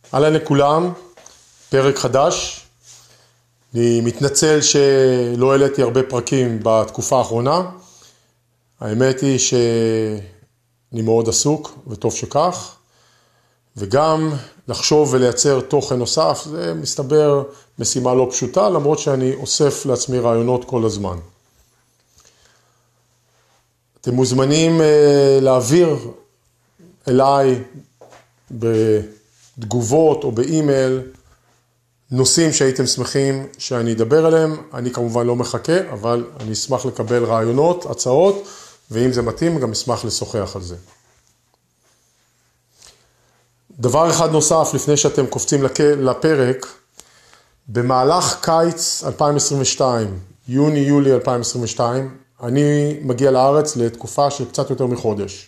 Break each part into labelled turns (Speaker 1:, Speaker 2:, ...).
Speaker 1: אהלן לכולם, פרק חדש. אני מתנצל שלא העליתי הרבה פרקים בתקופה האחרונה. האמת היא שאני מאוד עסוק וטוב שכך. וגם לחשוב ולייצר תוכן נוסף, זה מסתבר משימה לא פשוטה, למרות שאני אוסף לעצמי רעיונות כל הזמן. אתם מוזמנים להעביר אליי בתגובות או באימייל נושאים שהייתם שמחים שאני אדבר עליהם. אני כמובן לא מחכה, אבל אני אשמח לקבל רעיונות, הצעות, ואם זה מתאים גם אשמח לשוחח על זה. דבר אחד נוסף לפני שאתם קופצים לפרק, במהלך קיץ 2022, יוני-יולי 2022, אני מגיע לארץ לתקופה של קצת יותר מחודש.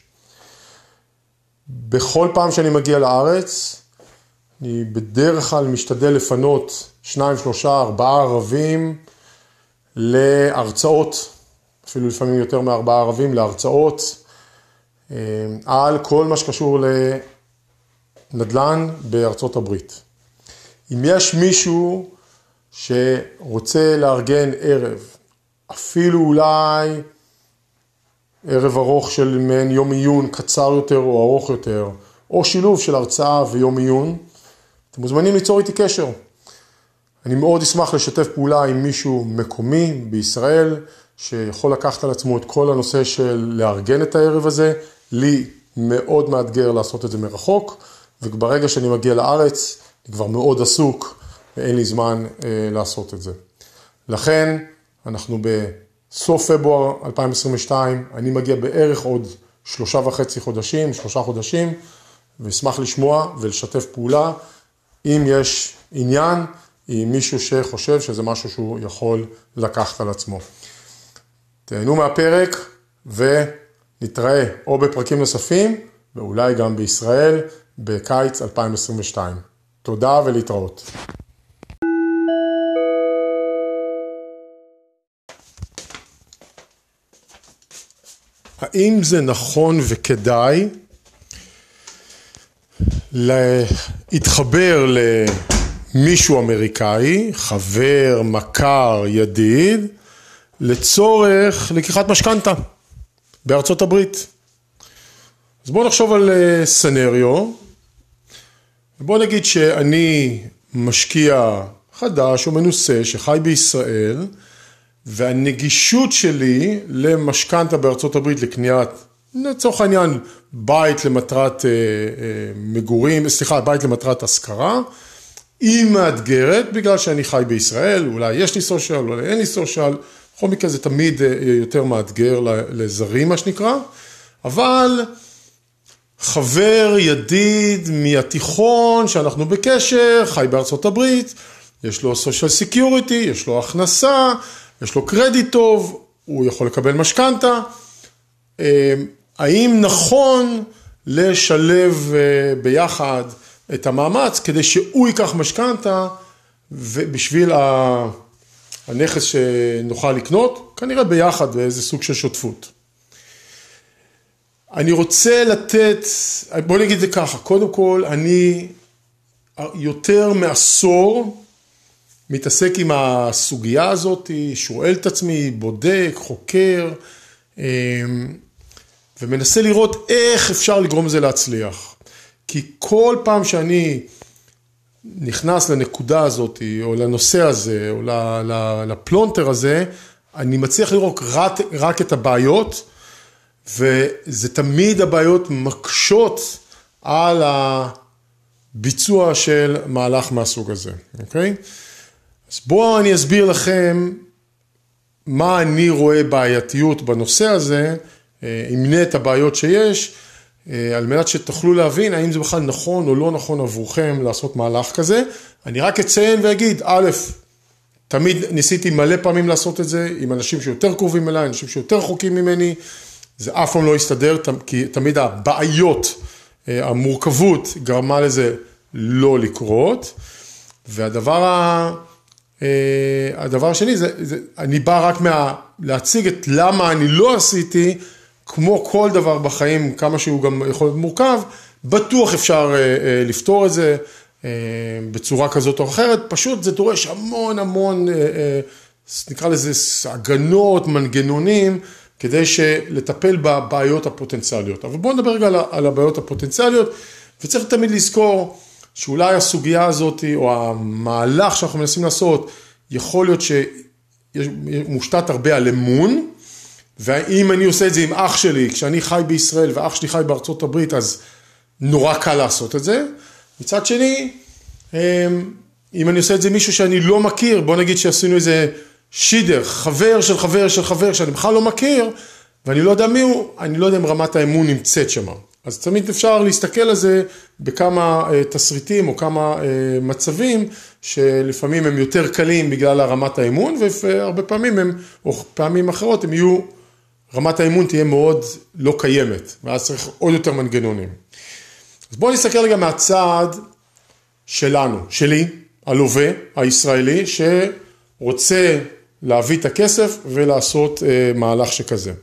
Speaker 1: בכל פעם שאני מגיע לארץ, אני בדרך כלל משתדל לפנות 2, 3, 4 ערבים להרצאות, אפילו לפעמים יותר מ4 ערבים להרצאות, על כל מה שקשור לנדל"ן בארצות הברית. אם יש מישהו שרוצה לארגן ערב, אפילו אולי ערב ארוך של מעין יום עיון קצר יותר או ארוך יותר, או שילוב של הרצאה ויום עיון, אתם מוזמנים ליצור איתי קשר. אני מאוד אשמח לשתף פעולה עם מישהו מקומי בישראל, שיכול לקחת על עצמו את כל הנושא של לארגן את הערב הזה. לי מאוד מאתגר לעשות את זה מרחוק, וברגע שאני מגיע לארץ, אני כבר מאוד עסוק, ואין לי זמן לעשות את זה. לכן, אנחנו בסוף פברואר 2022, אני מגיע בערך עוד 3 חודשים, ואשמח לשמוע ולשתף פעולה, אם יש עניין, עם מישהו שחושב שזה משהו שהוא יכול לקחת על עצמו. תהנו מהפרק ונתראה או בפרקים נוספים, ואולי גם בישראל, בקיץ 2022. תודה ולהתראות. האם זה נכון וכדאי להתחבר למישהו אמריקאי, חבר, מכר, ידיד, לצורך לקיחת משכנתה בארצות הברית? אז בואו נחשוב על סנריו. בואו נגיד שאני משקיע חדש או מנוסה שחי בישראל, והנגישות שלי למשכנתה בארצות הברית לקניית, לצורך העניין, בית למטרת מגורים, בית למטרת השכרה, היא מאתגרת בגלל שאני חי בישראל, אולי יש לי סושיאל, אולי אין לי סושיאל, בכל מקרה זה תמיד יותר מאתגר לזרים מה שנקרא, אבל חבר, ידיד מהתיכון שאנחנו בקשר, חי בארצות הברית, יש לו סושיאל סקיוריטי, יש לו הכנסה, יש לו קרדיט טוב, הוא יכול לקבל משכנתה. האם נכון לשלב ביחד את המאמץ כדי שהוא ייקח משכנתה בשביל הנכס שנוכל לקנות? כנראה ביחד באיזה סוג של שותפות. אני רוצה לתת, בוא נגיד זה ככה, קודם כל אני יותר מעשור מתעסק עם הסוגיה הזאת, שואל את עצמי, בודק, חוקר, ומנסה לראות איך אפשר לגרום זה להצליח. כי כל פעם שאני נכנס לנקודה הזאת, או לנושא הזה, או לפלונטר הזה, אני מצליח לראות רק את הבעיות, וזה תמיד הבעיות מקשות על הביצוע של מהלך מהסוג הזה, אוקיי? אז בואו אני אסביר לכם מה אני רואה בעייתיות בנושא הזה, אמנה את הבעיות שיש, על מנת שתוכלו להבין האם זה בכלל נכון או לא נכון עבורכם לעשות מהלך כזה. אני רק אציין ואגיד, א', תמיד ניסיתי מלא פעמים לעשות את זה, עם אנשים שיותר קרובים אליי, אנשים שיותר רחוקים ממני, זה אף פעם לא יסתדר, כי תמיד הבעיות, המורכבות גרמה לזה לא לקרות, והדבר השני, אני בא רק להציג את למה אני לא עשיתי, כמו כל דבר בחיים, כמה שהוא גם יכול להיות מורכב, בטוח אפשר לפתור את זה, בצורה כזאת או אחרת, פשוט זה דורש המון, נקרא לזה הגנות, מנגנונים, כדי לטפל בבעיות הפוטנציאליות. אבל בואו נדבר רגע על הבעיות הפוטנציאליות, וצריך תמיד לזכור שאולי הסוגיה הזאת, או המהלך שאנחנו מנסים לעשות, יכול להיות שמושתת הרבה על אמון, ואם אני עושה את זה עם אח שלי, כשאני חי בישראל ואח שלי חי בארצות הברית, אז נורא קל לעשות את זה. מצד שני, אם אני עושה את זה מישהו שאני לא מכיר, בוא נגיד שעשינו איזה שידר, חבר של חבר של חבר שאני בכלל לא מכיר, ואני לא יודע מי הוא, אני לא יודע אם רמת האמון נמצאת שם. אז תמיד אפשר להסתכל על זה בכמה תסריטים או כמה מצבים, שלפעמים הם יותר קלים בגלל רמת האמון, והרבה פעמים או פעמים אחרות, רמת האמון תהיה מאוד לא קיימת, ואז צריך עוד יותר מנגנונים. אז בואו נסתכל רגע מהצד שלנו, שלי, הלווה הישראלי, שרוצה להביא את הכסף ולעשות מהלך שכזה.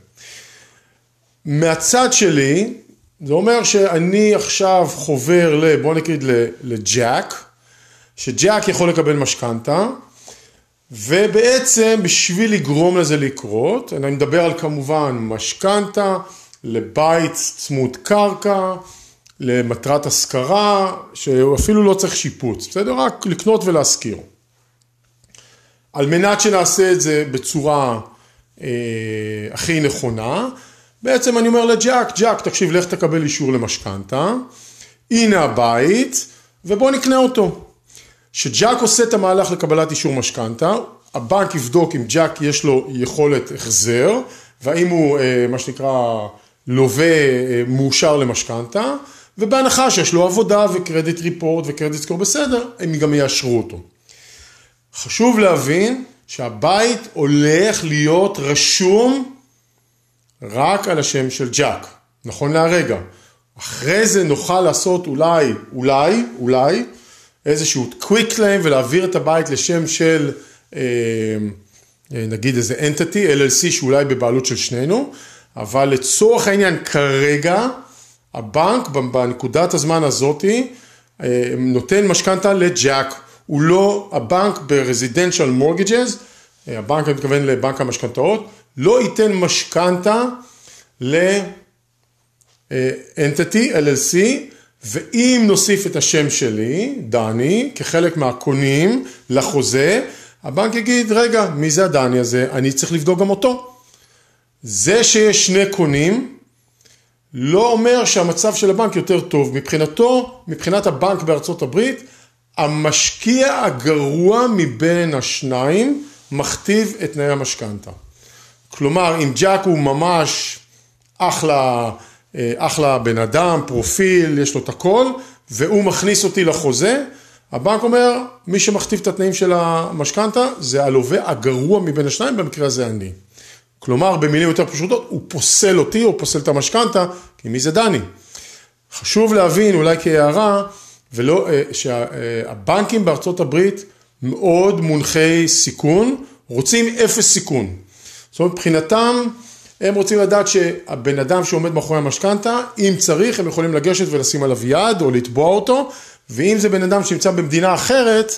Speaker 1: מהצד שלי, זה אומר שאני עכשיו חובר בוא נגיד לג'אק, שג'אק יכול לקבל משכנתה, ובעצם בשביל לגרום לזה לקרות, אני מדבר על כמובן משכנתה, לבית צמוד קרקע, למטרת השכרה, שאפילו לא צריך שיפוץ, בסדר? רק לקנות ולהשכיר. על מנת שנעשה את זה בצורה הכי נכונה, בעצם אני אומר לג'אק, תקשיב, לך תקבל אישור למשכנתה, הנה הבית, ובוא נקנה אותו. שג'אק עושה את המהלך לקבלת אישור משכנתה, הבנק יבדוק אם ג'אק יש לו יכולת החזר, והאם הוא, מה שנקרא, לווה מאושר למשכנתה, ובהנחה שיש לו עבודה וקרדיט ריפורט וקרדיט סקור בסדר, הם גם יאשרו אותו. חשוב להבין שהבית הולך להיות רשום רק על השם של ג'אק, נכון להרגע. אחרי זה נוכל לעשות אולי, איזשהו קוויק קליים ולהעביר את הבית לשם של, נגיד איזה entity, LLC שאולי בבעלות של שנינו, אבל לצורך העניין כרגע, הבנק בנקודת הזמן הזאת נותן משכנתה לג'אק, הוא לא, הבנק ב-residential mortgages, הבנק אני מתכוון לבנק המשכנתאות, לא ייתן משכנתה ל-entity, LLC, ואם נוסיף את השם שלי, דני, כחלק מהקונים לחוזה, הבנק יגיד, רגע, מי זה הדני הזה? אני צריך לבדוק גם אותו. זה שיש שני קונים, לא אומר שהמצב של הבנק יותר טוב. מבחינת הבנק בארצות הברית, המשקיע הגרוע מבין השניים מכתיב את תנאי המשכנתה. כלומר, אם ג'אק הוא ממש אחלה בן אדם, פרופיל, יש לו את הכל, והוא מכניס אותי לחוזה, הבנק אומר, מי שמכתיב את התנאים של המשכנתה, זה הלווה הגרוע מבין השניים, במקרה הזה אני. כלומר, במילים יותר פשוטות, הוא פוסל אותי, הוא פוסל את המשכנתה, כי מי זה דני? חשוב להבין, אולי כהערה, שהבנקים בארצות הברית מאוד מונחי סיכון, רוצים אפס סיכון. זאת אומרת, מבחינתם, הם רוצים לדעת שהבן אדם שעומד מאחורי המשכנתה, אם צריך, הם יכולים לגשת ולשים עליו יד או לתבוע אותו, ואם זה בן אדם שנמצא במדינה אחרת,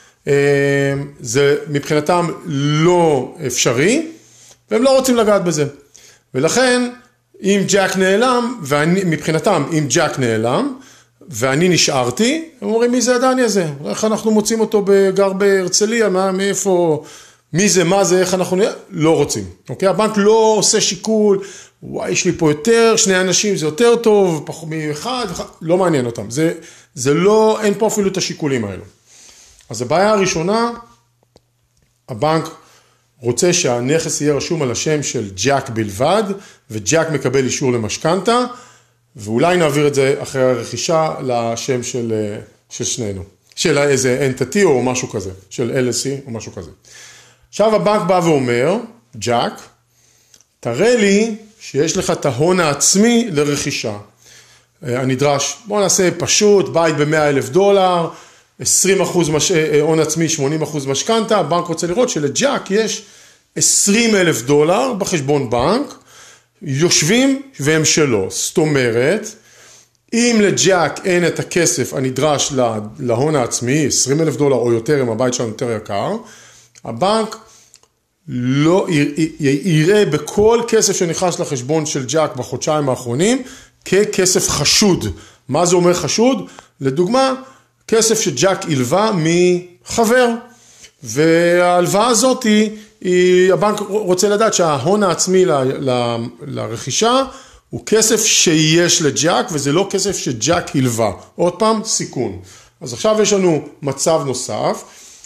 Speaker 1: זה מבחינתם לא אפשרי, והם לא רוצים לגעת בזה. ולכן, אם ג'אק נעלם, מבחינתם, אם ג'אק נעלם, ואני נשארתי, הם אומרים, מי זה הדני הזה? איך אנחנו מוצאים אותו גר בהרצליה, מאיפה, מי זה, מה זה, איך אנחנו לא רוצים. אוקיי? הבנק לא עושה שיקול, וואי, יש לי פה יותר, שני אנשים, זה יותר טוב, פחות מאחד, לא מעניין אותם. זה לא, אין פה אפילו את השיקולים האלו. אז הבעיה הראשונה, הבנק רוצה שהנכס יהיה רשום על השם של ג'אק בלבד, וג'אק מקבל אישור למשכנתה, ואולי נעביר את זה אחרי הרכישה לשם של שנינו, של איזה entity או משהו כזה, של LLC או משהו כזה. עכשיו הבנק בא ואומר, ג'אק, תראה לי שיש לך את ההון העצמי לרכישה. הנדרש, בואו נעשה פשוט, בית ב$100,000, 20% הון עצמי, 80% משכנתה, הבנק רוצה לראות שלג'אק יש $20,000 בחשבון בנק, יושבים והם שלו. זאת אומרת, אם לג'אק אין את הכסף הנדרש להון העצמי, $20,000 או יותר, אם הבית שלנו יותר יקר, הבנק לא יראה בכל כסף שנכנס לחשבון של ג'אק בחודשיים האחרונים, ככסף חשוד. מה זה אומר חשוד? לדוגמה, כסף שג'אק הלווה מחבר, וההלוואה הזאת הבנק רוצה לדעת שההון העצמי לרכישה הוא כסף שיש לג'אק, וזה לא כסף שג'אק הלווה. עוד פעם, סיכון. אז עכשיו יש לנו מצב נוסף,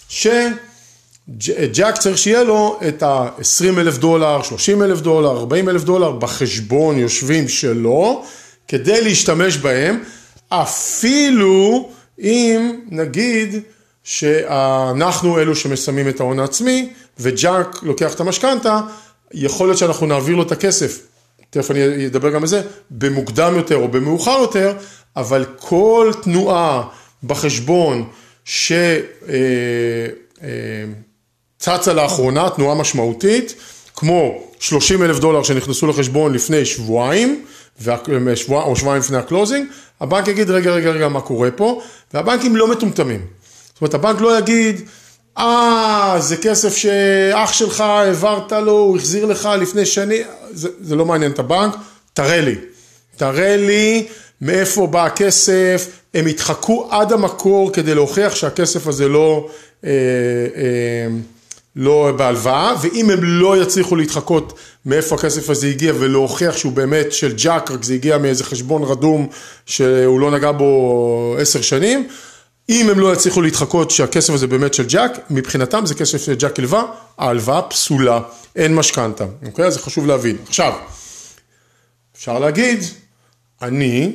Speaker 1: שג'אק צריך שיהיה לו את $20,000, $30,000, $40,000 בחשבון יושבים שלו, כדי להשתמש בהם, אפילו אם נגיד שאנחנו אלו שמסמים את ההון העצמי, וג'אק לוקח את המשכנתה, יכול להיות שאנחנו נעביר לו את הכסף, תכף אני אדבר גם על זה, במוקדם יותר או במאוחר יותר, אבל כל תנועה בחשבון שצצה לאחרונה, תנועה משמעותית, כמו $30,000 שנכנסו לחשבון לפני שבועיים, או שבועיים לפני הקלוזינג, הבנק יגיד רגע מה קורה פה, והבנקים לא מטומטמים. זאת אומרת, הבנק לא יגיד, זה כסף שאח שלך העברת לו, הוא החזיר לך לפני שני, זה לא מעניין את הבנק, תראה לי מאיפה בא הכסף, הם יתחקו עד המקור כדי להוכיח שהכסף הזה לא בהלוואה, ואם הם לא יצליחו להתחקות מאיפה הכסף הזה הגיע ולהוכיח שהוא באמת של ג'אק, רק זה הגיע מאיזה חשבון רדום שהוא לא נגע בו 10 שנים, אם הם לא יצליחו להתחקות שהכסף הזה באמת של ג'אק, מבחינתם זה כסף של ג'אק הלווה, ההלוואה פסולה, אין משכנתה, אוקיי? אז זה חשוב להבין. עכשיו, אפשר להגיד, אני,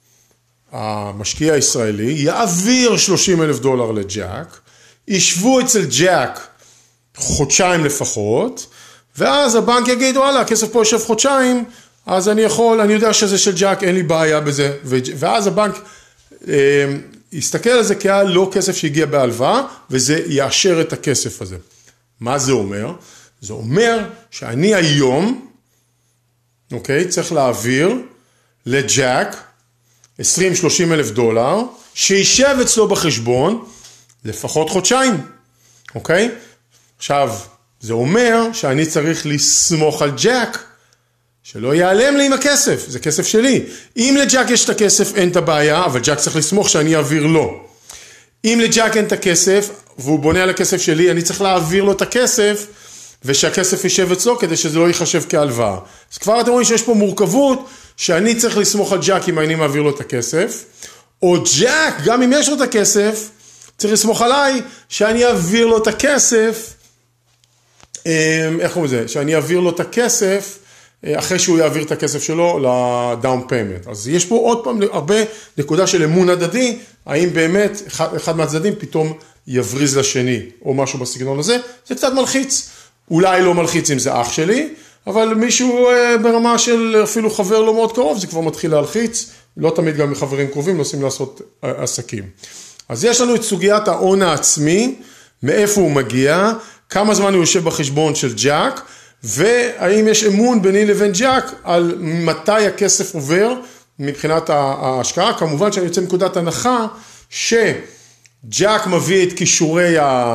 Speaker 1: המשקיע הישראלי, יעביר $30,000 לג'אק, ישבו אצל ג'אק חודשיים לפחות, ואז הבנק יגיד, וואלה, הכסף פה יושב חודשיים, אז אני יודע שזה של ג'אק, אין לי בעיה בזה, ואז הבנק יסתכל על זה לא כסף שהגיע בהלוואה, וזה יאשר את הכסף הזה. מה זה אומר? זה אומר שאני היום, אוקיי, צריך להעביר לג'אק $20,000-30,000, שישב אצלו בחשבון לפחות חודשיים, אוקיי? עכשיו, זה אומר שאני צריך לסמוך על ג'אק, שלא ייעלם לי עם הכסף, זה כסף שלי. אם לג'אק יש את הכסף, אין את הבעיה, אבל ג'אק צריך לסמוך שאני אעביר לו. אם לג'אק אין את הכסף, והוא בונה על הכסף שלי, אני צריך להעביר לו את הכסף, ושהכסף יישב אצלו, כדי שזה לא ייחשב כהלוואה. אז כבר אתם רואים שיש פה מורכבות, שאני צריך לסמוך על ג'אק אם אני מעביר לו את הכסף, או ג'אק, גם אם יש לו את הכסף, צריך לסמוך עליי, שאני אעביר לו את הכסף, איך קוראים לזה? שאני אעביר לו את הכסף, אחרי שהוא יעביר את הכסף שלו לדאון פיימנט. אז יש פה עוד פעם הרבה נקודה של אמון הדדי, האם באמת אחד מהצדדים פתאום יבריז לשני, או משהו בסגנון הזה, זה קצת מלחיץ. אולי לא מלחיץ אם זה אח שלי, אבל מישהו ברמה של אפילו חבר לא מאוד קרוב, זה כבר מתחיל להלחיץ, לא תמיד גם מחברים קרובים נוסעים לעשות עסקים. אז יש לנו את סוגיית ההון העצמי, מאיפה הוא מגיע, כמה זמן הוא יושב בחשבון של ג'אק, והאם יש אמון ביני לבין ג'אק על מתי הכסף עובר מבחינת ההשקעה. כמובן שאני יוצא מנקודת הנחה שג'אק מביא את כישורי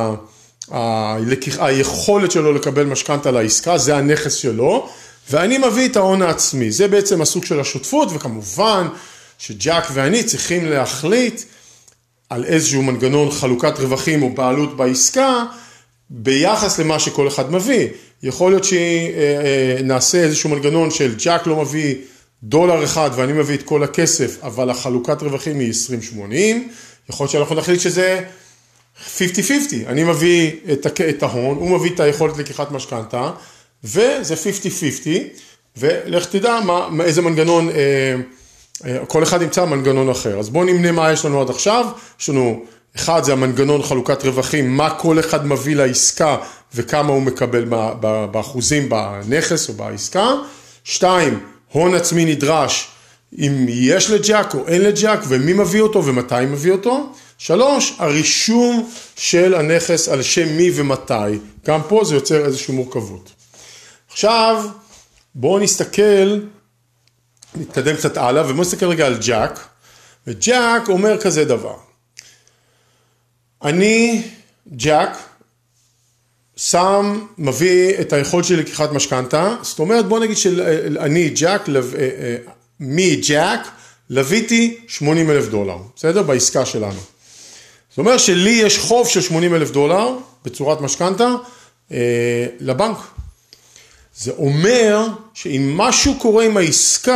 Speaker 1: היכולת שלו לקבל משכנתה לעסקה, זה הנכס שלו, ואני מביא את ההון העצמי. זה בעצם הסוג של השותפות, וכמובן שג'אק ואני צריכים להחליט על איזשהו מנגנון חלוקת רווחים או בעלות בעסקה, ביחס למה שכל אחד מביא. יכול להיות שנעשה איזשהו מנגנון של ג'אק לא מביא $1 ואני מביא את כל הכסף, אבל החלוקת רווחים היא 20-80. יכול להיות שאנחנו נחליט שזה 50-50. אני מביא את ההון, הוא מביא את היכולת לקיחת משכנתה, וזה 50-50, ולך תדע איזה מנגנון, כל אחד ימצא מנגנון אחר. אז בואו נמנה מה יש לנו עד עכשיו. יש לנו, אחד זה המנגנון חלוקת רווחים, מה כל אחד מביא לעסקה וכמה הוא מקבל באחוזים בנכס או בעסקה. 2, הון עצמי נדרש, אם יש לג'אק או אין לג'אק ומי מביא אותו ומתי מביא אותו. 3, הרישום של הנכס על שם מי ומתי. גם פה זה יוצר איזושהי מורכבות. עכשיו בואו נסתכל, נתקדם קצת הלאה ובואו נסתכל רגע על ג'אק. וג'אק אומר כזה דבר. אני, ג'אק, מביא את היכולת של לקיחת משכנתה, זאת אומרת בוא נגיד שאני ג'אק, ג'אק, לוויתי $80,000, בסדר? בעסקה שלנו. זאת אומרת שלי יש חוב של $80,000 בצורת משכנתה לבנק. זה אומר שאם משהו קורה עם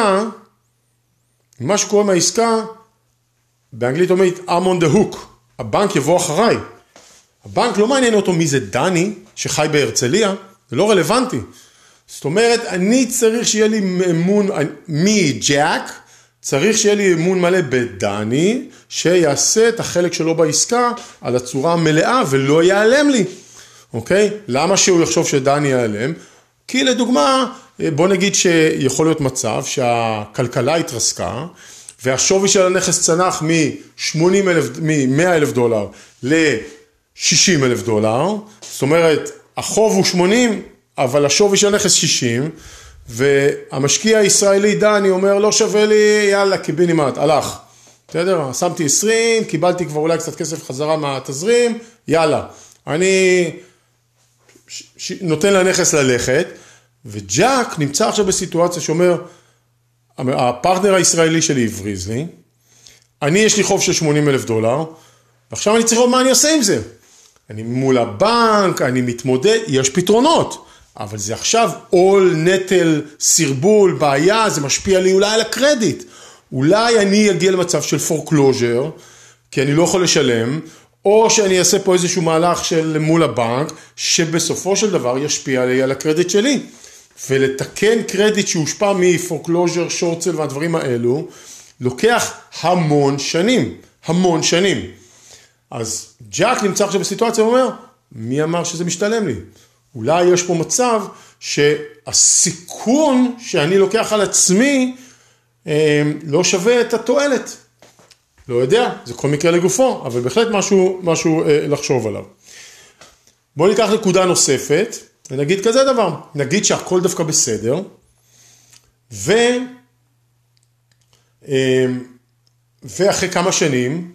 Speaker 1: העסקה, באנגלית אומרת I'm on the hook, הבנק יבוא אחריי. הבנק לא מעניין אותו מי זה דני שחי בהרצליה, זה לא רלוונטי. זאת אומרת, אני צריך שיהיה לי אמון, ג'אק, צריך שיהיה לי אמון מלא בדני, שיעשה את החלק שלו בעסקה על הצורה המלאה ולא ייעלם לי. אוקיי? למה שהוא יחשוב שדני ייעלם? כי לדוגמה, בוא נגיד שיכול להיות מצב שהכלכלה התרסקה, והשווי של הנכס צנח מ$100,000 ל$60,000, זאת אומרת, החוב הוא 80, אבל השווי של הנכס 60, והמשקיע הישראלי דני אומר, לא שווה לי, יאללה, קיבינימט, הלך. בסדר? שמתי 20, קיבלתי כבר אולי קצת כסף חזרה מהתזרים, יאללה. אני נותן לנכס ללכת, וג'אק נמצא עכשיו בסיטואציה שאומר, הפרטנר הישראלי שלי הבריז לי, יש לי חוב של $80,000, ועכשיו אני צריך לראות מה אני עושה עם זה. אני מול הבנק, אני מתמודד, יש פתרונות, אבל זה עכשיו עול, נטל, סרבול, בעיה, זה משפיע לי אולי על הקרדיט. אולי אני אגיע למצב של פורקלוז'ר, כי אני לא יכול לשלם, או שאני אעשה פה איזשהו מהלך של מול הבנק, שבסופו של דבר ישפיע לי על הקרדיט שלי. ולתקן קרדיט שהושפע מפורקלוז'ר, שורצל והדברים האלו, לוקח המון שנים. אז ג'אק נמצא עכשיו בסיטואציה ואומר, מי אמר שזה משתלם לי? אולי יש פה מצב שהסיכון שאני לוקח על עצמי לא שווה את התועלת. לא יודע, זה כל מקרה לגופו, אבל בהחלט משהו לחשוב עליו. בואו ניקח נקודה נוספת, ונגיד כזה דבר, נגיד שהכל דווקא בסדר, ואחרי כמה שנים,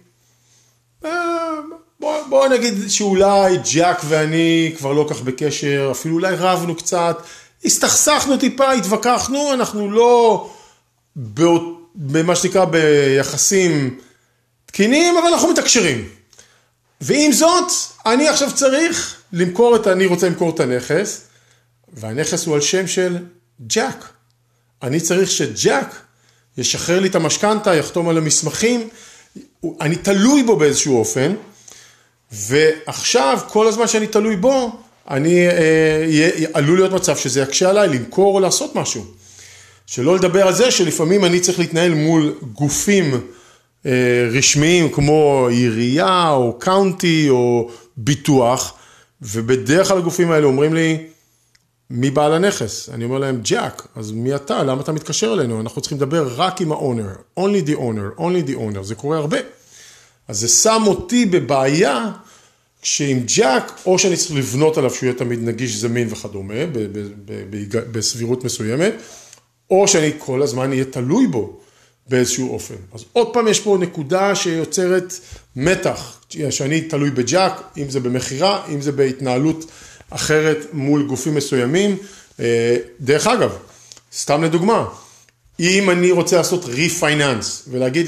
Speaker 1: בוא נגיד שאולי ג'אק ואני כבר לא כך בקשר, אפילו אולי רבנו קצת, הסתכסכנו טיפה, התווכחנו, אנחנו לא במה שנקרא ביחסים תקינים, אבל אנחנו מתקשרים. ועם זאת, אני עכשיו צריך אני רוצה למכור את הנכס, והנכס הוא על שם של ג'אק. אני צריך שג'אק ישחרר לי את המשכנתה, יחתום על המסמכים, אני תלוי בו באיזשהו אופן, ועכשיו כל הזמן שאני תלוי בו, עלול להיות מצב שזה יקשה עליי למכור או לעשות משהו. שלא לדבר על זה שלפעמים אני צריך להתנהל מול גופים רשמיים כמו עירייה או קאונטי או ביטוח, ובדרך כלל הגופים האלה אומרים לי, מי בעל הנכס? אני אומר להם, ג'אק, אז מי אתה? למה אתה מתקשר אלינו? אנחנו צריכים לדבר רק עם האונר, only the owner, זה קורה הרבה. אז זה שם אותי בבעיה, כשעם ג'אק, או שאני צריך לבנות עליו שהוא יהיה תמיד נגיש, זמין וכדומה, בסבירות מסוימת, או שאני כל הזמן אהיה תלוי בו באיזשהו אופן. אז עוד פעם יש פה נקודה שיוצרת מתח, שאני תלוי בג'אק, אם זה במחירה, אם זה בהתנהלות אחרת מול גופים מסוימים. דרך אגב, סתם לדוגמה, אם אני רוצה לעשות ריפייננס, ולהגיד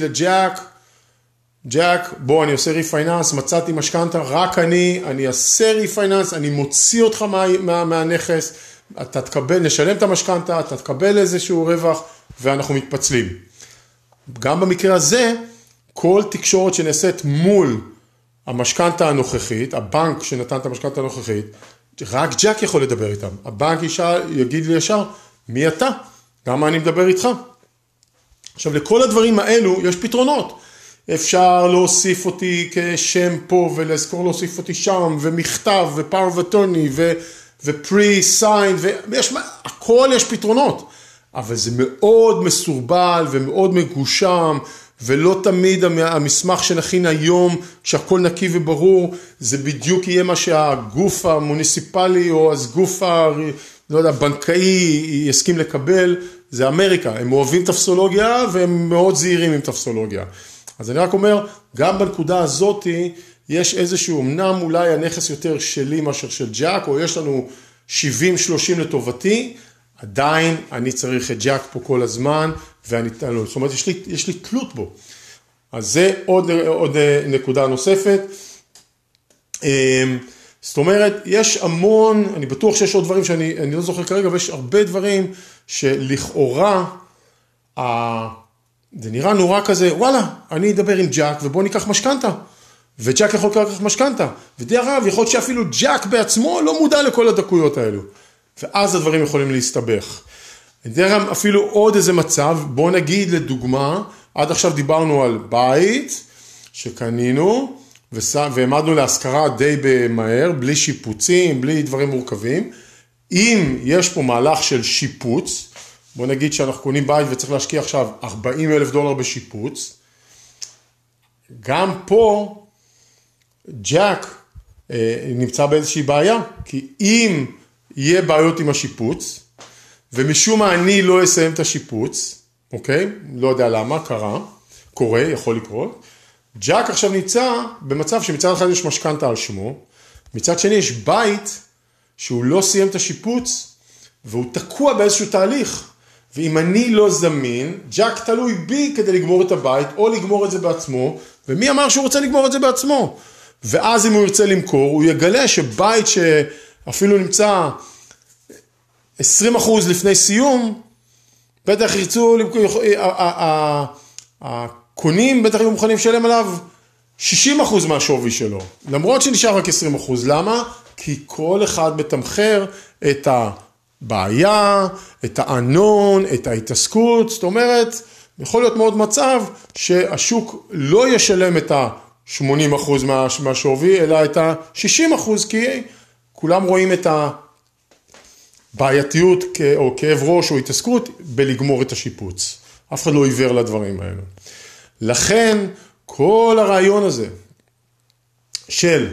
Speaker 1: ג'אק, בוא אני עושה ריפייננס, מצאתי משכנתה, רק אני אעשה ריפייננס, אני מוציא אותך מהנכס, אתה תקבל, נשלם את המשכנתה, אתה תקבל איזשהו רווח, ואנחנו מתפצלים. גם במקרה הזה, כל תקשורת שנעשית מול המשכנתה הנוכחית, הבנק שנתן את המשכנתה הנוכחית, רק ג'אק יכול לדבר איתם. הבנק יגיד לי ישר, מי אתה? גם אני מדבר איתך. עכשיו, לכל הדברים האלו יש פתרונות. אפשר להוסיף אותי כשם פה, ולזכור להוסיף אותי שם, ומכתב, ופאור וטורני, ופרי-סיין, הכל יש פתרונות. אבל זה מאוד מסורבל ומאוד מגושם, ולא תמיד המסמך שנכין היום, כשהכל נקי וברור, זה בדיוק יהיה מה שהגוף המוניסיפלי, או הגוף הבנקאי יסכים לקבל, זה אמריקה. הם אוהבים טפסולוגיה, והם מאוד זהירים עם טפסולוגיה. אז אני רק אומר, גם בנקודה הזאת יש איזשהו, אמנם אולי הנכס יותר שלי מאשר של ג'אק, או יש לנו 70-30 לטובתי, עדיין אני צריך את ג'אק פה כל הזמן, זאת אומרת, יש לי תלות בו. אז זה עוד נקודה נוספת. זאת אומרת, יש המון, אני בטוח שיש עוד דברים שאני לא זוכר כרגע, אבל יש הרבה דברים שלכאורה, זה נראה נורא כזה, וואלה, אני אדבר עם ג'אק ובוא ניקח משכנתה. וג'אק יכול לקח משכנתה. ודי הרב, יכול להיות שאפילו ג'אק בעצמו לא מודע לכל הדקויות האלו. ואז הדברים יכולים להסתבך. די הרב, אפילו עוד איזה מצב, בוא נגיד לדוגמה, עד עכשיו דיברנו על בית שקנינו, והעמדנו להשכרה די במהר, בלי שיפוצים, בלי דברים מורכבים. אם יש פה מהלך של שיפוץ, בוא נגיד שאנחנו קונים בית וצריך להשקיע עכשיו $40,000 בשיפוץ, גם פה ג'אק נמצא באיזושהי בעיה, כי אם יהיה בעיות עם השיפוץ, ומשום מה אני לא אסיים את השיפוץ, אוקיי? לא יודע למה, קורה, יכול לקרות, ג'אק עכשיו נמצא במצב שמצד אחד יש משכנתה על שמו, מצד שני יש בית שהוא לא סיים את השיפוץ, והוא תקוע באיזשהו תהליך, ואם אני לא זמין, ג'אק תלוי בי כדי לגמור את הבית, או לגמור את זה בעצמו, ומי אמר שהוא רוצה לגמור את זה בעצמו? ואז אם הוא ירצה למכור, הוא יגלה שבית שאפילו נמצא 20% לפני סיום, בטח ירצו, הקונים בטח יהיו מוכנים לשלם עליו 60% מהשווי שלו, למרות שנשאר רק 20%. למה? כי כל אחד מתמחר את הבעיה, את הענון, את ההתעסקות. זאת אומרת, יכול להיות מאוד מצב שהשוק לא ישלם את ה-80% מהשווי, אלא את ה-60%, כי כולם רואים את הבעייתיות או כאב ראש או התעסקות בלגמור את השיפוץ. אף אחד לא עיוור לדברים האלה. לכן, כל הרעיון הזה של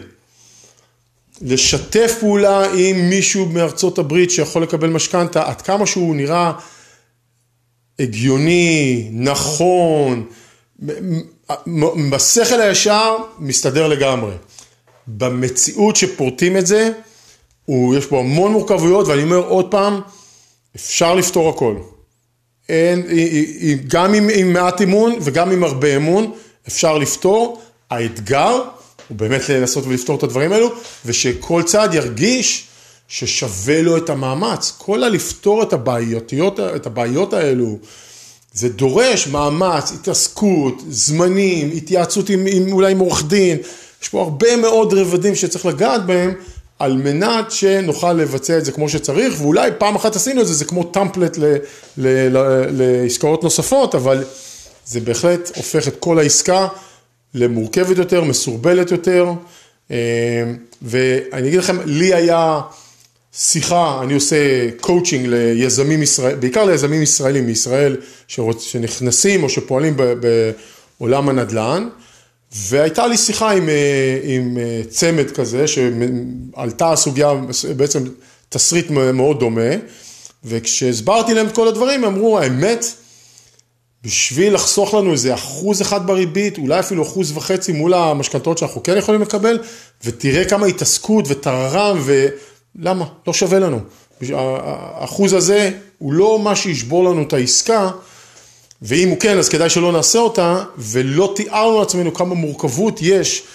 Speaker 1: לשתף פעולה עם מישהו מארצות הברית שיכול לקבל משכנתה, עד כמה שהוא נראה הגיוני, נכון, בשכל הישר מסתדר לגמרי. במציאות שפורטים את זה, יש פה המון מורכבויות, ואני אומר עוד פעם, אפשר לפתור הכל. גם עם מעט אמון וגם עם הרבה אמון, אפשר לפתור. האתגר הוא באמת לנסות ולפתור את הדברים האלו, ושכל צד ירגיש ששווה לו את המאמץ. כל לפתור את הבעיות האלו, זה דורש מאמץ, התעסקות, זמנים, התייעצות אולי עם עורך דין. יש פה הרבה מאוד רבדים שצריך לגעת בהם, על מנת שנוכל לבצע את זה כמו שצריך, ואולי פעם אחת עשינו את זה, זה כמו טמפלט לעסקאות נוספות, אבל זה בהחלט הופך את כל העסקה למורכבת יותר, מסורבלת יותר, ואני אגיד לכם, לי היה שיחה, אני עושה קואוצ'ינג ליזמים ישראלים, בעיקר ליזמים ישראלים מישראל, שנכנסים או שפועלים בעולם הנדל"ן, והייתה לי שיחה עם צמד כזה, שעלתה הסוגיה, בעצם תסריט מאוד דומה, וכשהסברתי להם את כל הדברים, אמרו, האמת, בשביל לחסוך לנו איזה 1% בריבית, אולי אפילו 1.5% מול המשכנתאות שאנחנו כן יכולים לקבל, ותראה כמה התעסקות וטררם, ולמה? לא שווה לנו. האחוז הזה הוא לא מה שישבור לנו את העסקה, ואם הוא כן, אז כדאי שלא נעשה אותה, ולא תיארנו לעצמנו כמה מורכבות יש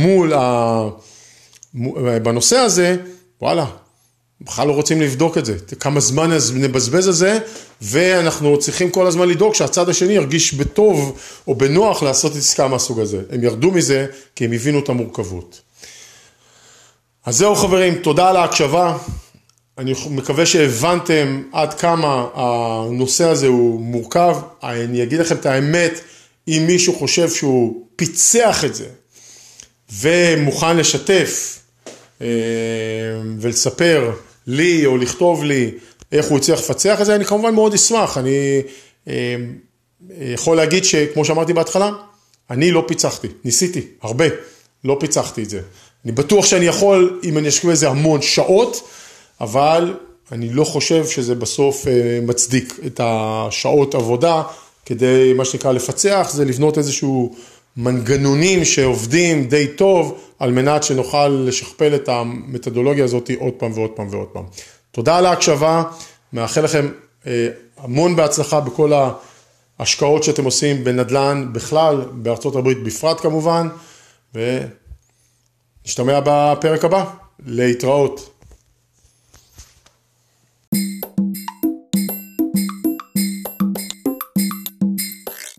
Speaker 1: בנושא הזה, וואלה, בכלל לא רוצים לבדוק את זה, כמה זמן נבזבז על זה, ואנחנו צריכים כל הזמן לדאוג שהצד השני ירגיש בטוב או בנוח לעשות עסקה מהסוג הזה. הם ירדו מזה כי הם הבינו את המורכבות. אז זהו חברים, תודה על ההקשבה. אני מקווה שהבנתם עד כמה הנושא הזה הוא מורכב. אני אגיד לכם את האמת, אם מישהו חושב שהוא פיצח את זה, ומוכן לשתף ולספר לי או לכתוב לי איך הוא הצליח לפצח את זה, אני כמובן מאוד אשמח. אני יכול להגיד שכמו שאמרתי בהתחלה, אני לא פיצחתי, ניסיתי הרבה, לא פיצחתי את זה. אני בטוח שאני יכול, אם אני אשקיע בזה המון שעות, אבל אני לא חושב שזה בסוף מצדיק את השעות עבודה, כדי מה שנקרא לפצח, זה לבנות איזשהו מנגנונים שעובדים די טוב, על מנת שנוכל לשכפל את המתודולוגיה הזאת עוד פעם ועוד פעם ועוד פעם. תודה על ההקשבה, מאחל לכם המון בהצלחה בכל ההשקעות שאתם עושים בנדל"ן בכלל, בארצות הברית בפרט כמובן, ונשתמע בפרק הבא, להתראות.